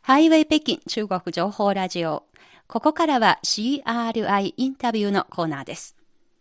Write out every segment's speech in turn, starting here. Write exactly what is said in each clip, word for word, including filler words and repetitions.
ハイウェイ北京中国情報ラジオ。ここからは シーアールアイ インタビューのコーナーです。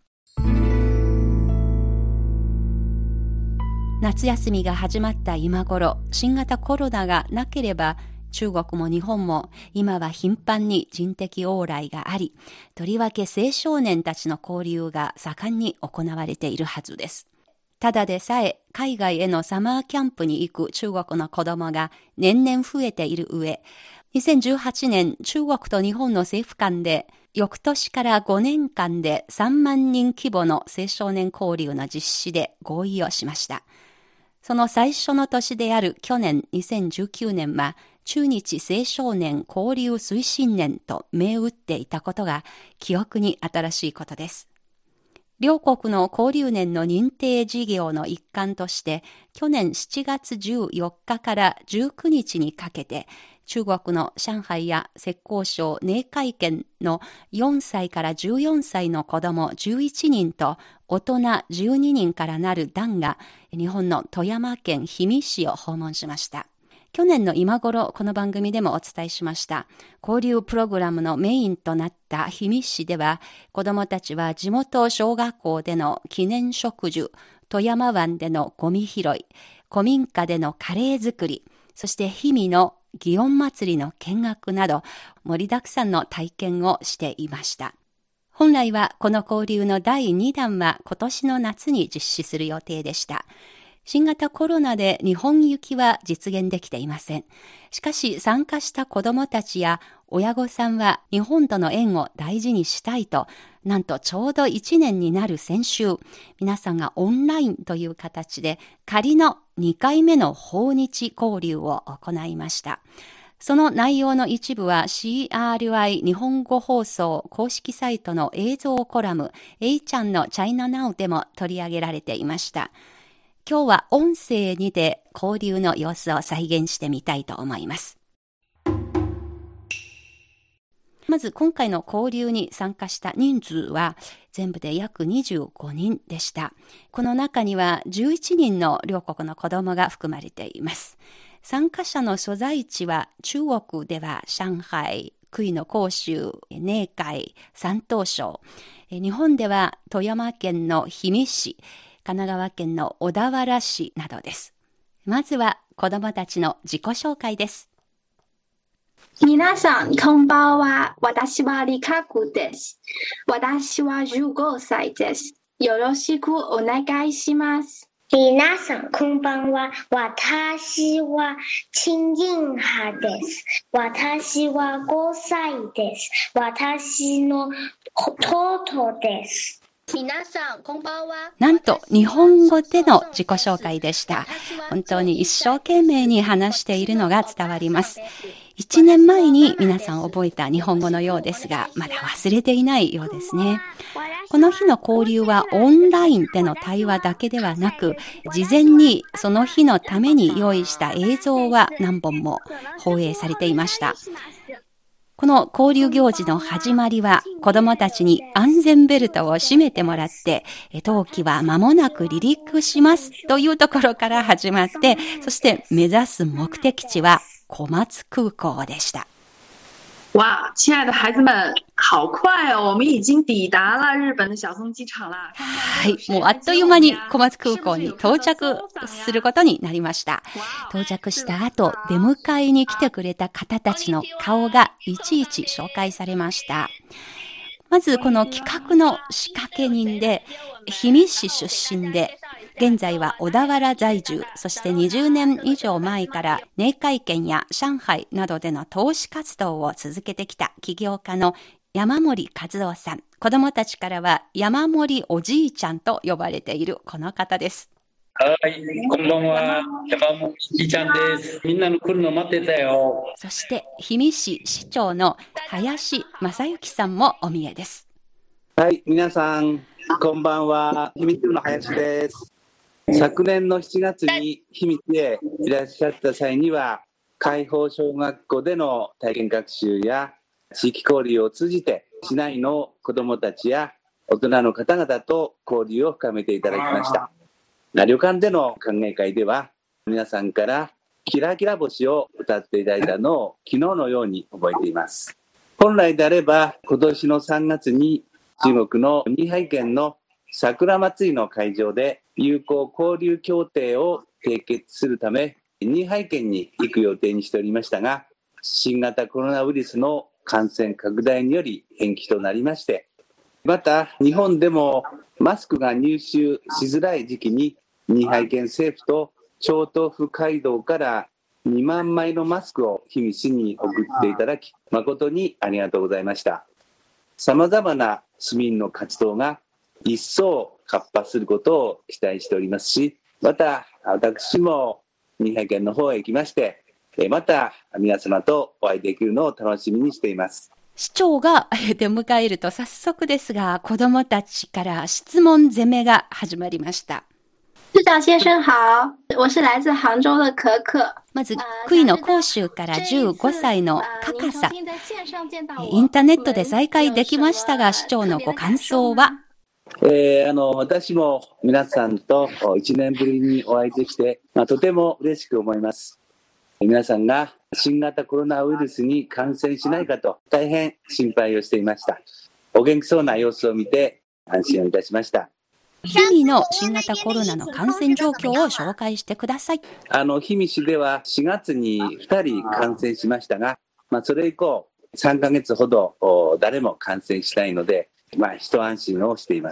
夏休みが始まった今頃、新型コロナがなければ中国も日本も今は頻繁に人的往来があり、とりわけ青少年たちの交流が盛んに行われているはずです。ただでさえ海外へのサマーキャンプに行く中国の子供が年々増えている上、にせんじゅうはちねん中国と日本の政府間で翌年からごねんかんでさんまんにん規模の青少年交流の実施で合意をしました。その最初の年である去年にせんじゅうきゅうねんは中日青少年交流推進年と銘打っていたことが記憶に新しいことです。両国の交流年の認定事業の一環として、去年しちがつじゅうよっかからじゅうくにちにかけて、中国の上海や浙江省寧海県のよんさいからじゅうよんさいの子どもじゅういちにんと大人じゅうににんからなる団が、日本の富山県氷見市を訪問しました。去年の今頃、この番組でもお伝えしました。交流プログラムのメインとなった氷見市では、子どもたちは地元小学校での記念植樹、富山湾でのゴミ拾い、古民家でのカレー作り、そして氷見の祇園祭りの見学など、盛りだくさんの体験をしていました。本来はこの交流のだいにだんは今年の夏に実施する予定でした。新型コロナで日本行きは実現できていません。しかし参加した子どもたちや親御さんは日本との縁を大事にしたいと、なんとちょうどいちねんになる先週、皆さんがオンラインという形で仮のにかいめの訪日交流を行いました。その内容の一部は シーアールアイ 日本語放送公式サイトの映像コラム A ちゃんのチャイナナウでも取り上げられていました。今日は音声にて交流の様子を再現してみたいと思います。まず今回の交流に参加した人数は全部で約にじゅうごにんでした。この中にはじゅういちにんの両国の子供が含まれています。参加者の所在地は中国では上海、杭の広州、寧海、山東省、日本では富山県の氷見市、神奈川県の小田原市などです。まずは子どもたちの自己紹介です。 皆さん、こんばんは。私はリカ子です。私はじゅうごさいです。よろしくお願いします。 皆さん、こんばんは。私は陳映hàです。私はごさいです。私のトトです。 皆さん、こんばんは。 なんと日本語での自己紹介でした。本当に一生懸命に話しているのが伝わります。一年前に皆さん覚えた日本語のようですが、まだ忘れていないようですね。この日の交流はオンラインでの対話だけではなく、事前にその日のために用意した映像は何本も放映されていました。この交流行事の始まりは、子どもたちに安全ベルトを締めてもらって、当機は間もなく離陸しますというところから始まって、そして目指す目的地は小松空港でした。 哇，亲爱的孩子们，好快哦！我们已经抵达了日本的小松机场了。 はい、もうあっという間に小松空港に到着することになりました。到着した後、出迎えに来てくれた方たちの顔がいちいち紹介されました。まずこの企画の仕掛け人で、氷見市出身で、現在は小田原在住、そしてにじゅうねん以上前から寧海県や上海などでの投資活動を続けてきた起業家の山森和夫さん。子供たちからは山森おじいちゃんと呼ばれているこの方です。 はい、こんばんは。山森おじいちゃんです。みんなの来るの待ってたよ。 そして氷見市市長の林正幸さんもお見えです。 はい、皆さんこんばんは。氷見市の林です。昨年のしちがつに氷見へいらっしゃった際には、開放小学校での体験学習や地域交流を通じて、市内の子どもたちや大人の方々と交流を深めていただきました。旅館での歓迎会では、皆さんからキラキラ星を歌っていただいたのを昨日のように覚えています。本来であれば今年のさんがつに中国のニーハイ県の桜祭りの会場で友好交流協定を締結するためニーハイ県に行く予定にしておりましたが、新型コロナウイルスの感染拡大により延期となりまして、また日本でもマスクが入手しづらい時期にニーハイ県政府と超党府街道からにまんまいのマスクを氷見市に送っていただき、誠にありがとうございました。さまざまな市民の活動が一層活発することを期待しておりますし、また私もニーハイ県の方へ行きまして、また皆様とお会いできるのを楽しみにしています。 市長が出迎えると早速ですが、子どもたちから質問攻めが始まりました。 市長先生好，我是来自杭州的可可。 まず、クイの広州からじゅうごさいのカカさん。インターネットで再会できましたが、市長のご感想は？ えー、あの私も皆さんといちねんぶりにお会いできて、まあ、とても嬉しく思います。皆さんが新型コロナウイルスに感染しないかと大変心配をしていました。お元気そうな様子を見て安心をいたしました。 氷見の新型コロナの感染状況を紹介してください。 あの氷見市ではしがつにふたり感染しましたが、まあ、それ以降さんかげつほど誰も感染しないので、まあ、一安心をしています。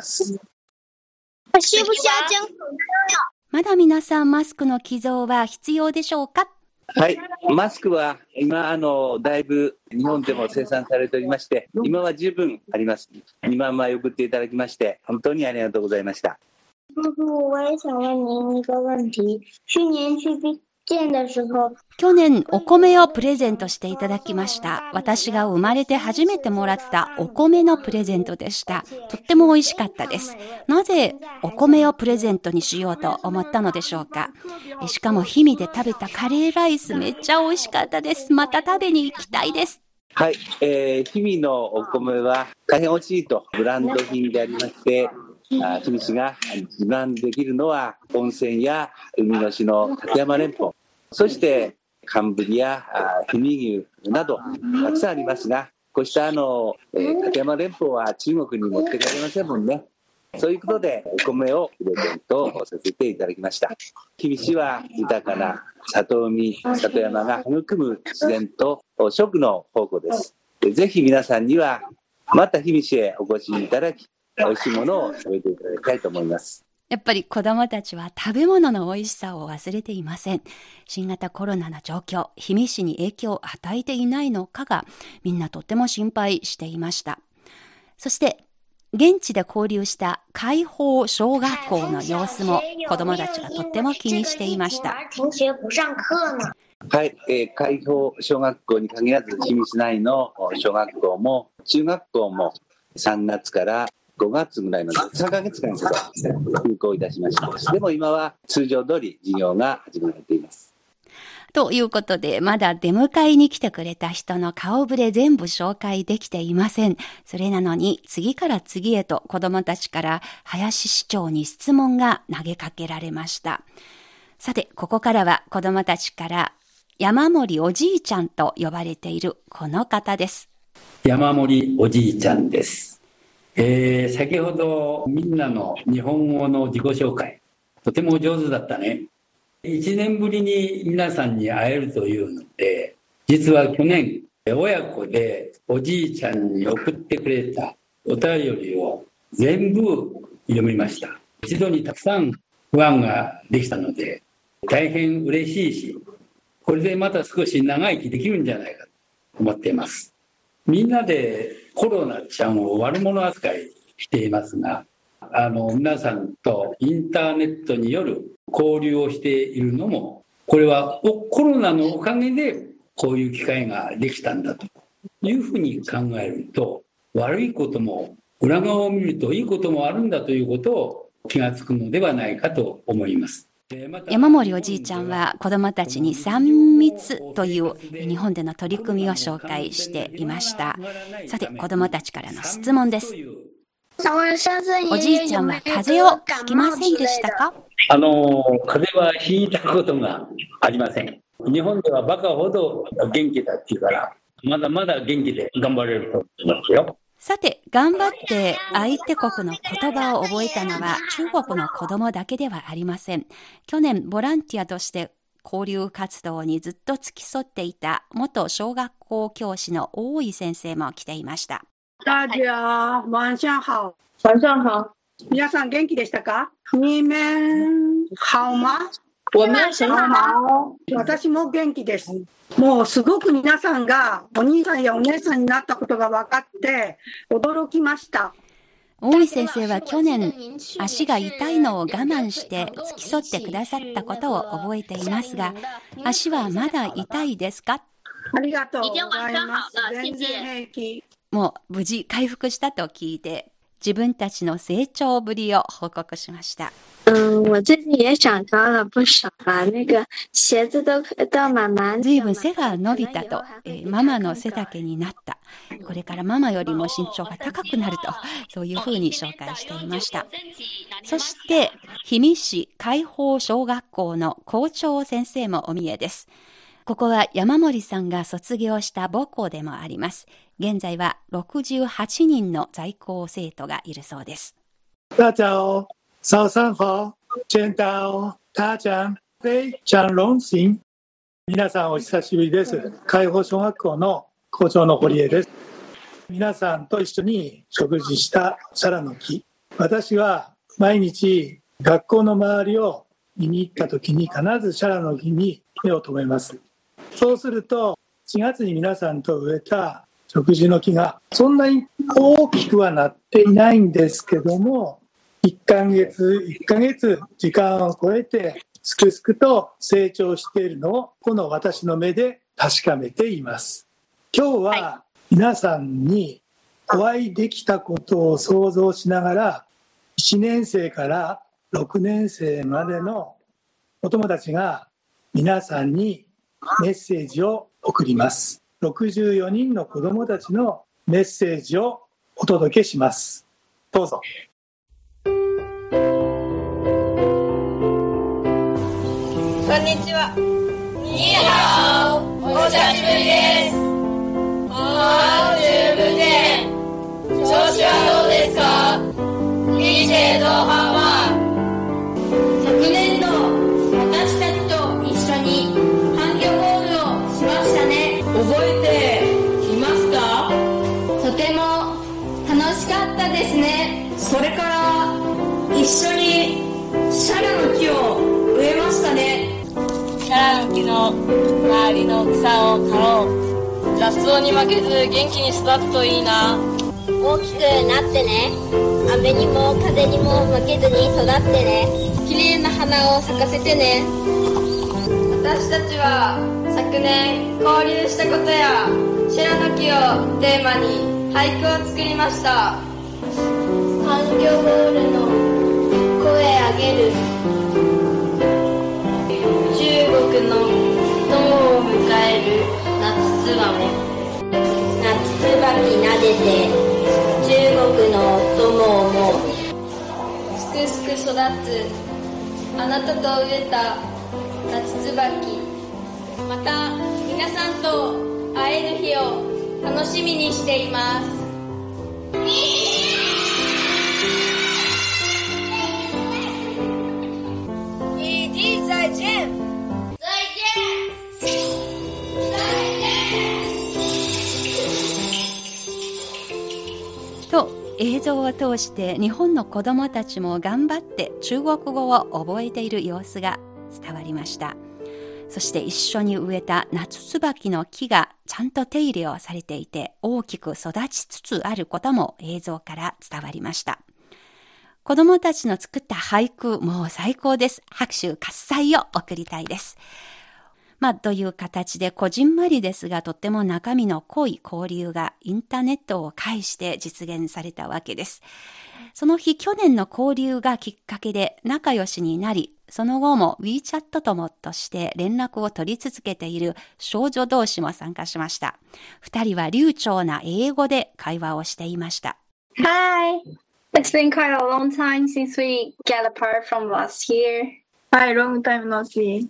まだ皆さんマスクの寄贈は必要でしょうか？ はい、マスクは今あのだいぶ日本でも生産されておりまして、今は十分あります。にまんまい送っていただきまして本当にありがとうございました。 叔叔，我也想问您一个问题。去年去冰店的时候、 去年お米をプレゼントしていただきました。私が生まれて初めてもらったお米のプレゼントでした。とっても美味しかったです。なぜお米をプレゼントにしようと思ったのでしょうか。しかも氷見で食べたカレーライスめっちゃ美味しかったです。また食べに行きたいです。 はい、えー、氷見のお米は大変美味しいとブランド品でありまして、氷見市が自慢できるのは温泉や海の市の立山連峰、そして寒ぶりや氷見牛などたくさんありますが、こうしたあの、えー、立山連峰は中国に持って帰れませんもんね。そういうことでお米をプレゼントさせていただきました。氷見市は豊かな里海、里山が育む自然と食の宝庫です。ぜひ皆さんにはまた氷見市へお越しいただき、美味しいものを食べていただきたいと思います。 やっぱり子どもたちは食べ物の美味しさを忘れていません。新型コロナの状況、氷見市に影響を与えていないのかがみんなとっても心配していました。そして現地で交流した開放小学校の様子も子どもたちがとっても気にしていました。 はい、えー、開放小学校に限らず氷見市内の小学校も中学校もさんがつからごがつぐらいまでさんかげつかんほど休校いたしました。でも今は通常通り授業が始められています。 ということで、まだ出迎えに来てくれた人の顔ぶれ全部紹介できていません。それなのに次から次へと子どもたちから林市長に質問が投げかけられました。さて、ここからは子どもたちから山森おじいちゃんと呼ばれているこの方です。 山森おじいちゃんです。えー、先ほどみんなの日本語の自己紹介、とても上手だったね。一年ぶりに皆さんに会えるというので、実は去年親子でおじいちゃんに送ってくれたお便りを全部読みました。一度にたくさん不安ができたので大変嬉しいし、これでまた少し長生きできるんじゃないかと思っています。みんなでコロナちゃんを悪者扱いしていますが、あの皆さんとインターネットによる交流をしているのも、これはコロナのおかげでこういう機会ができたんだというふうに考えると、悪いことも裏側を見るといいこともあるんだということを気がつくのではないかと思います。 山森おじいちゃんは子どもたちにさん密という日本での取り組みを紹介していました。さて、子どもたちからの質問です。おじいちゃんは風邪をひきませんでしたか？ あの風邪はひいたことがありません。 日本ではバカほど元気だっていうから、まだまだ元気で頑張れると思いますよ。 さて、頑張って相手国の言葉を覚えたのは中国の子供だけではありません。去年、ボランティアとして交流活動にずっと付き添っていた元小学校教師の大井先生も来ていました。 大家晚上好。 晚上好。 皆さん元気でしたか？你们好吗？ 我们很好。 私も元気です。もうすごく皆さんがお兄さんやお姉さんになったことが分かって驚きました。 大井先生は去年、足が痛いのを我慢して付き添ってくださったことを覚えていますが、足はまだ痛いですか？ ありがとうございます。全然平気。 もう無事回復したと聞いて、自分たちの成長ぶりを報告しました。 嗯，我最近也长高了不少了。那个鞋子都到慢慢。 ずいぶん背が伸びたと、えー、ママの背丈になった。これからママよりも身長が高くなると、そういうふうに紹介していました。そして、氷見市海邦小学校の校長先生もお見えです。ここは山森さんが卒業した母校でもあります。現在はろくじゅうはちにんの在校生徒がいるそうです。 大家好。早上好，见到大家非常荣幸。皆さんお久しぶりです。海邦小学校の校長の堀江です。皆さんと一緒に食事したシャラの木。私は毎日学校の周りを見に行った時に必ずシャラの木に目を留めます。そうするとしがつに皆さんと植えた食事の木がそんなに大きくはなっていないんですけども、いっかげついっかげつ時間を超えてすくすくと成長しているのをこの私の目で確かめています。今日は皆さんにお会いできたことを想像しながらいちねん生からろくねん生までのお友達が皆さんにメッセージを送ります。ろくじゅうよにんの子どもたちのメッセージをお届けします。どうぞ。 こんにちは。にハオ、お久しぶりです。あー、十分で、調子はどうですか？いい程度ハワー。昨年度、私たちと一緒に環境ゴールをしましたね。覚えていますか？とても楽しかったですね。それから一緒にシャラの木を植えましたね。シャラの木の周りの草を刈ろう。雑草に負けず元気に育つといいな。 大きくなってね。雨にも風にも負けずに育ってね。 綺麗な花を咲かせてね。私たちは昨年交流したことやシャラの木をテーマに俳句を作りました。 環境ゴールの声上げる。 中国の友を迎える夏ツバメ。 夏ツバキ撫でて中国の友をもすくすく育つあなたと植えた夏ツバキ。また皆さんと会える日を楽しみにしています。再见。再见。 と映像を通して日本の子どもたちも頑張って中国語を覚えている様子が伝わりました。そして一緒に植えた夏ツバキの木がちゃんと手入れをされていて大きく育ちつつあることも映像から伝わりました。子供たちの作った俳句、もう最高です。拍手喝采を送りたいです。まあ、という形でこじんまりですが、とっても中身の濃い交流がインターネットを介して実現されたわけです。その日、去年の交流がきっかけで仲良しになり、その後も WeChat 友として連絡を取り続けている少女同士も参加しました。二人は流暢な英語で会話をしていました。 Hi!It's been quite a long time since we get apart from last year. Hi, long time no see.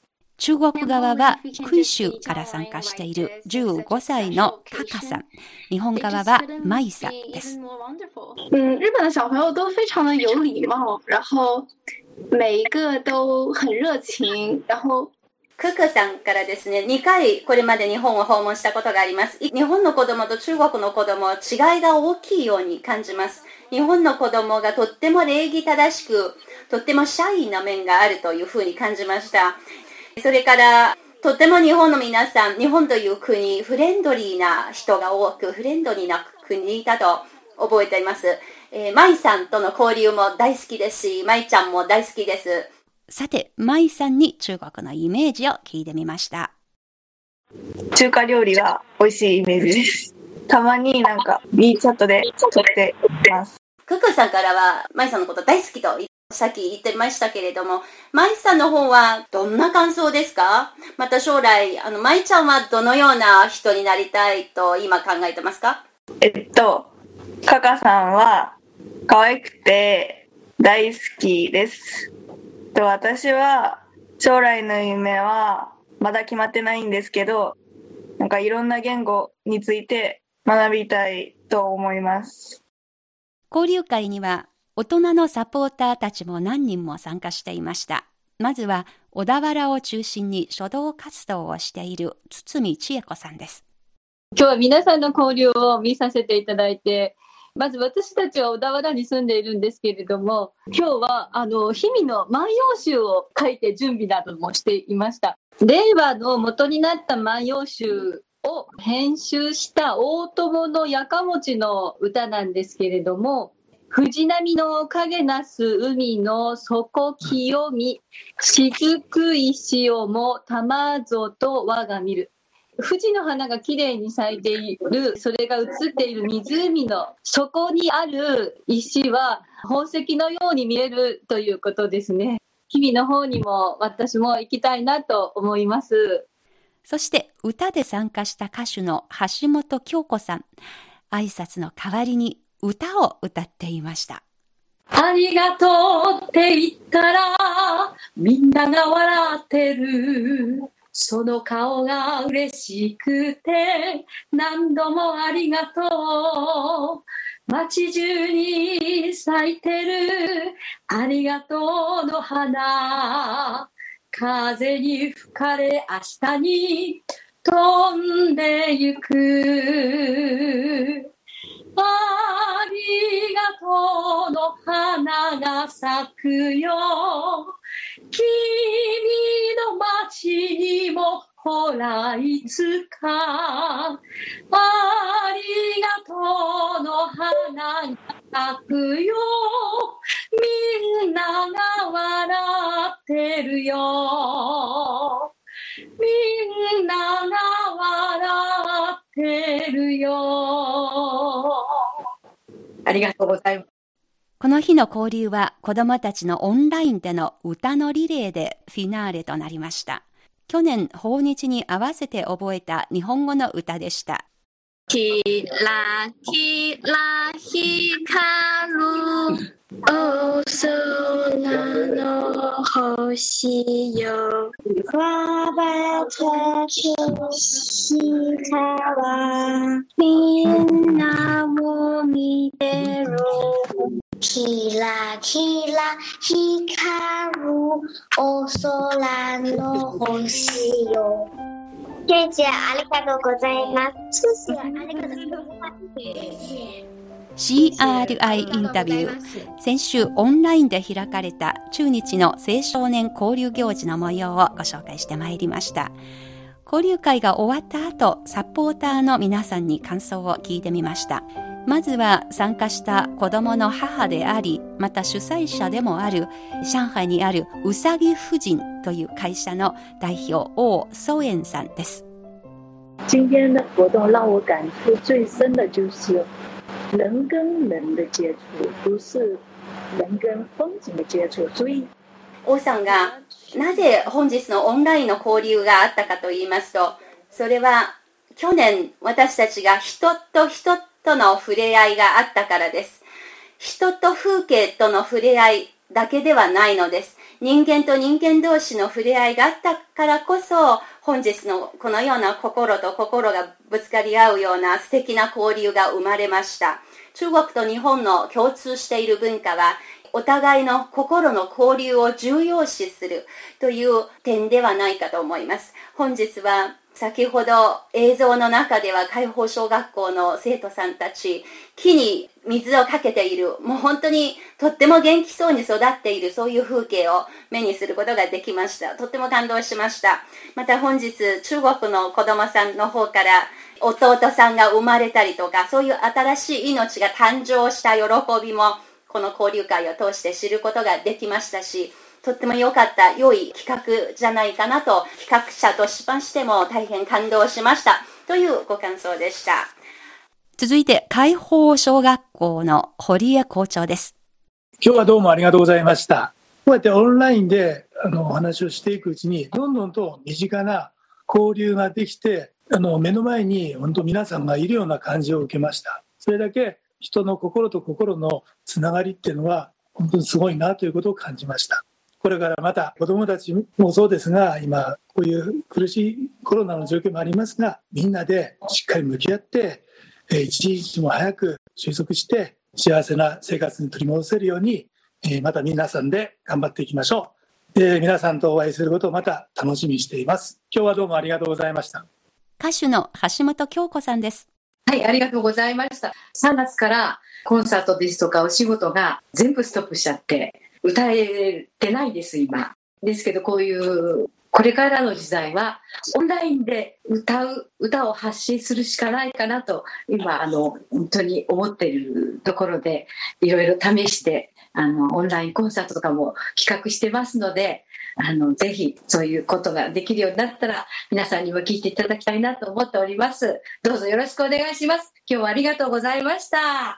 中国側は九州から参加しているじゅうごさいのカカさん。日本側はマイさんです。 嗯，日本的小朋友都非常的有礼貌，然后每一个都很热情，然后ククさんからですね、にかいこれまで日本を訪問したことがあります。日本の子供と中国の子供、違いが大きいように感じます。日本の子供がとっても礼儀正しく、とってもシャイな面があるというふうに感じました。それから、とっても日本の皆さん、日本という国、フレンドリーな人が多く、フレンドリーな国だと覚えています。えー、マイさんとの交流も大好きですし、マイちゃんも大好きです。さて、マイさんに中国のイメージを聞いてみました。 中華料理が美味しいイメージです。たまになんか B チャットで撮っています。 ククさんからはマイさんのこと大好きとさっき言ってましたけれども、マイさんの方はどんな感想ですか？また将来、あのマイちゃんはどのような人になりたいと今考えてますか？ えっと、カカさんは可愛くて大好きです。と私は将来の夢はまだ決まってないんですけど、なんかいろんな言語について学びたいと思います。 交流会には大人のサポーターたちも何人も参加していました。まずは小田原を中心に書道活動をしている堤千恵子さんです。 今日は皆さんの交流を見させていただいて、まず私たちは小田原に住んでいるんですけれども、今日はあの氷見の万葉集を書いて準備などもしていました。令和の元になった万葉集を編集した大友のやかもちの歌なんですけれども、藤波の影なす海の底清み、雫石をもたまぞと我が見る。富士の花がきれいに咲いている、それが映っている湖の底にある石は宝石のように見えるということですね。氷見の方にも私も行きたいなと思います。 そして歌で参加した歌手の橋本京子さん、挨拶の代わりに歌を歌っていました。 ありがとうって言ったらみんなが笑ってる、その顔が嬉しくて何度もありがとう、街中に咲いてるありがとうの花、風に吹かれ明日に飛んでゆく、ありがとうの花が咲くよ、君の街にもほらいつか、ありがとうの花が咲くよ、みんなが笑ってるよ、みんなが笑ってるよ。ありがとうございます。 この日の交流は子どもたちのオンラインでの歌のリレーでフィナーレとなりました。去年訪日に合わせて覚えた日本語の歌でした。 キラキラ光るお空の星よ、羽ばたく光、みんなを見てる、キラキラ光るお空の星よ。ケイちゃん、ありがとうございます。少しありがとうございます。 シーアールアイ インタビュー。先週オンラインで開かれた中日の青少年交流行事の模様をご紹介してまいりました。交流会が終わった後、サポーターの皆さんに感想を聞いてみました。まずは参加した子供の母であり、また主催者でもある上海にあるうさぎ婦人という会社の代表王宗燕さんです。 今天的活動讓我感觸最深的就是人跟人的接觸，不是人跟風景的接觸。所以王さんがなぜ本日のオンラインの交流があったかと言いますと、それは去年私たちが人と人との触れ合いがあったからです。人と風景との触れ合いだけではないのです。 人間と人間同士の触れ合いがあったからこそ、本日のこのような心と心がぶつかり合うような素敵な交流が生まれました。中国と日本の共通している文化は、お互いの心の交流を重要視するという点ではないかと思います。本日は先ほど映像の中では開放小学校の生徒さんたち、木に水をかけている、もう本当にとっても元気そうに育っている、そういう風景を目にすることができました。とっても感動しました。また本日中国の子供さんの方から弟さんが生まれたりとか、そういう新しい命が誕生した喜びもこの交流会を通して知ることができましたし、とっても良かった、良い企画じゃないかなと、企画者としましても大変感動しましたというご感想でした。 続いて、開放小学校の堀江校長です。 今日はどうもありがとうございました。こうやってオンラインであのお話をしていくうちに、どんどんと身近な交流ができて、あの目の前に本当皆さんがいるような感じを受けました。それだけ人の心と心のつながりっていうのは本当にすごいなということを感じました。これからまた子どもたちもそうですが、今こういう苦しいコロナの状況もありますが、みんなでしっかり向き合って一日も早く収束して幸せな生活に取り戻せるように、また皆さんで頑張っていきましょう。で、皆さんとお会いすることをまた楽しみにしています。今日はどうもありがとうございました。 歌手の橋本京子さんです。 はい、ありがとうございました。さんがつからコンサートですとかお仕事が全部ストップしちゃって歌えてないです今。ですけど、こういうこれからの時代はオンラインで歌う歌を発信するしかないかなと今あの本当に思っているところで、いろいろ試してあのオンラインコンサートとかも企画してますので、あのぜひそういうことができるようになったら皆さんにも聞いていただきたいなと思っております。どうぞよろしくお願いします。今日はありがとうございました。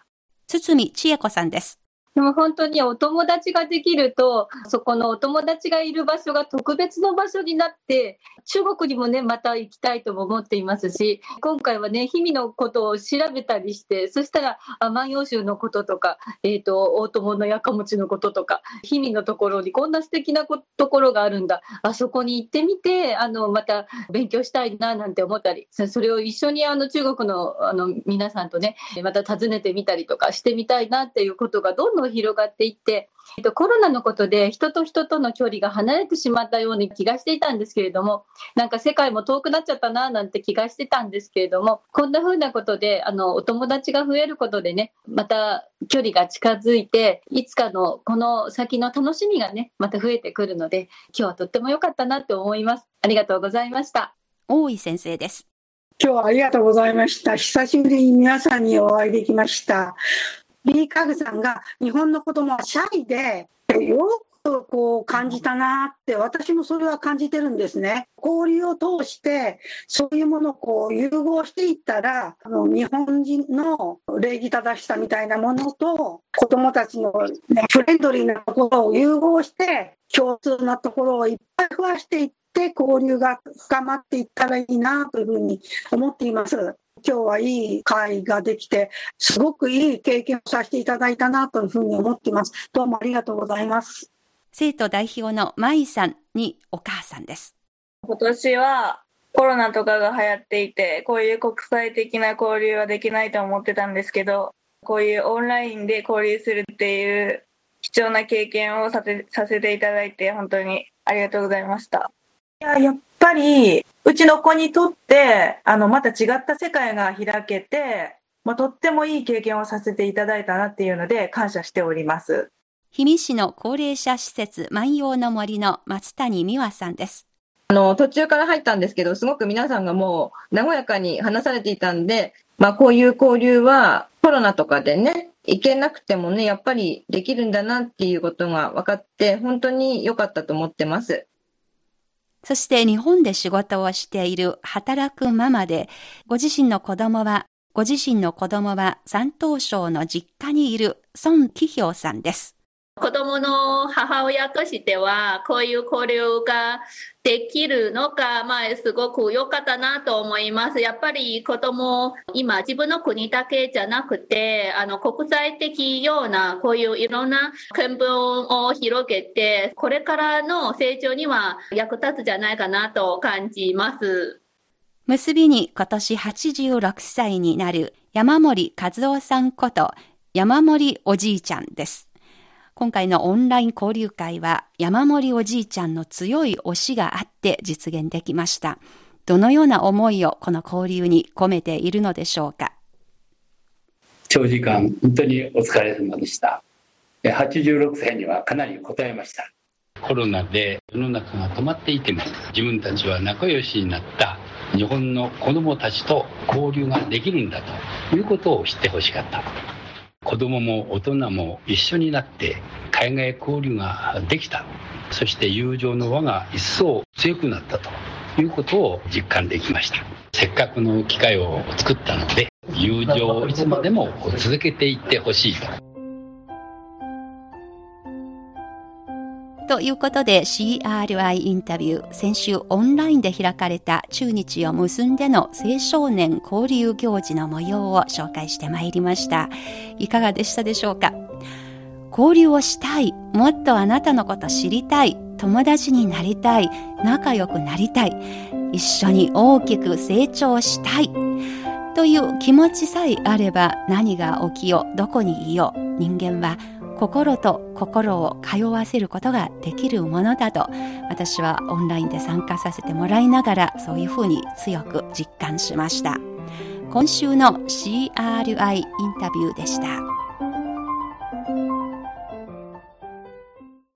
堤千恵子さんです。 でも本当にお友達ができると、そこのお友達がいる場所が特別の場所になって、中国にもね、また行きたいとも思っていますし、今回はね、氷見のことを調べたりして、そしたら、万葉集のこととか、えっと、大友のやかもちのこととか、氷見のところにこんな素敵なところがあるんだ。あそこに行ってみて、あの、また勉強したいな、なんて思ったり、それを一緒にあの中国のあの皆さんとね、また訪ねてみたりとかしてみたいなっていうことがどんどん広がっていって、えっと、コロナのことで人と人との距離が離れてしまったような気がしていたんですけれども、なんか世界も遠くなっちゃったななんて気がしてたんですけれども、こんな風なことであのお友達が増えることでね、また距離が近づいて、いつかのこの先の楽しみがね、また増えてくるので、今日はとっても良かったなと思います。ありがとうございました。 大井先生です。 今日はありがとうございました。久しぶりに皆さんにお会いできました。ビーカグさんが日本の子供はシャイでよくこう感じたなって、私もそれは感じてるんですね。交流を通してそういうものをこう融合していったら、あの日本人の礼儀正しさみたいなものと子供たちの、ね、フレンドリーなところを融合して共通なところをいっぱい増やしていって交流が深まっていったらいいなというふうに思っています。今日はいい会ができて、すごくいい経験をさせていただいたなというふうに思っています。どうもありがとうございます。 生徒代表の舞さんにお母さんです。 今年はコロナとかが流行っていて、こういう国際的な交流はできないと思ってたんですけど、こういうオンラインで交流するっていう貴重な経験をさせ、させていただいて本当にありがとうございました。 いや、やっぱりうちの子にとってあのまた違った世界が開けて、まあ、とってもいい経験をさせていただいたなっていうので感謝しております。 氷見市の高齢者施設万葉の森の松谷美和さんです。 あの途中から入ったんですけど、すごく皆さんがもう和やかに話されていたんで、まあ、こういう交流はコロナとかでね行けなくてもねやっぱりできるんだなっていうことが分かって本当に良かったと思ってます。 そして日本で仕事をしている働くママで、ご自身の子供は、ご自身の子供は山東省の実家にいる孫紀氷さんです。 子供の母親としては、こういう交流ができるのか、まあ、すごく良かったなと思います。やっぱり子供、今自分の国だけじゃなくて、あの、国際的ような、こういういろんな見聞を広げて、これからの成長には役立つじゃないかなと感じます。 結びに今年はちじゅうろくさいになる山森和夫さんこと山森おじいちゃんです。今回のオンライン交流会は山森おじいちゃんの強い推しがあって実現できました。どのような思いをこの交流に込めているのでしょうか。 長時間本当にお疲れ様でした。はちじゅうろくさいにはかなり応えました。コロナで世の中が止まっていても、自分たちは仲良しになった日本の子どもたちと交流ができるんだということを知ってほしかった。子どもも大人も一緒になって海外交流ができた。そして友情の輪が一層強くなったということを実感できました。せっかくの機会を作ったので、友情をいつまでも続けていってほしいと。 ということで シーアールアイ インタビュー、先週オンラインで開かれた中日を結んでの青少年交流行事の模様を紹介してまいりました。いかがでしたでしょうか。交流をしたい、もっとあなたのこと知りたい、友達になりたい、仲良くなりたい、一緒に大きく成長したいという気持ちさえあれば、何が起きよう、どこにいよう、人間は心と心を通わせることができるものだと、私はオンラインで参加させてもらいながら、そういうふうに強く実感しました。今週の シーアールアイ インタビューでした。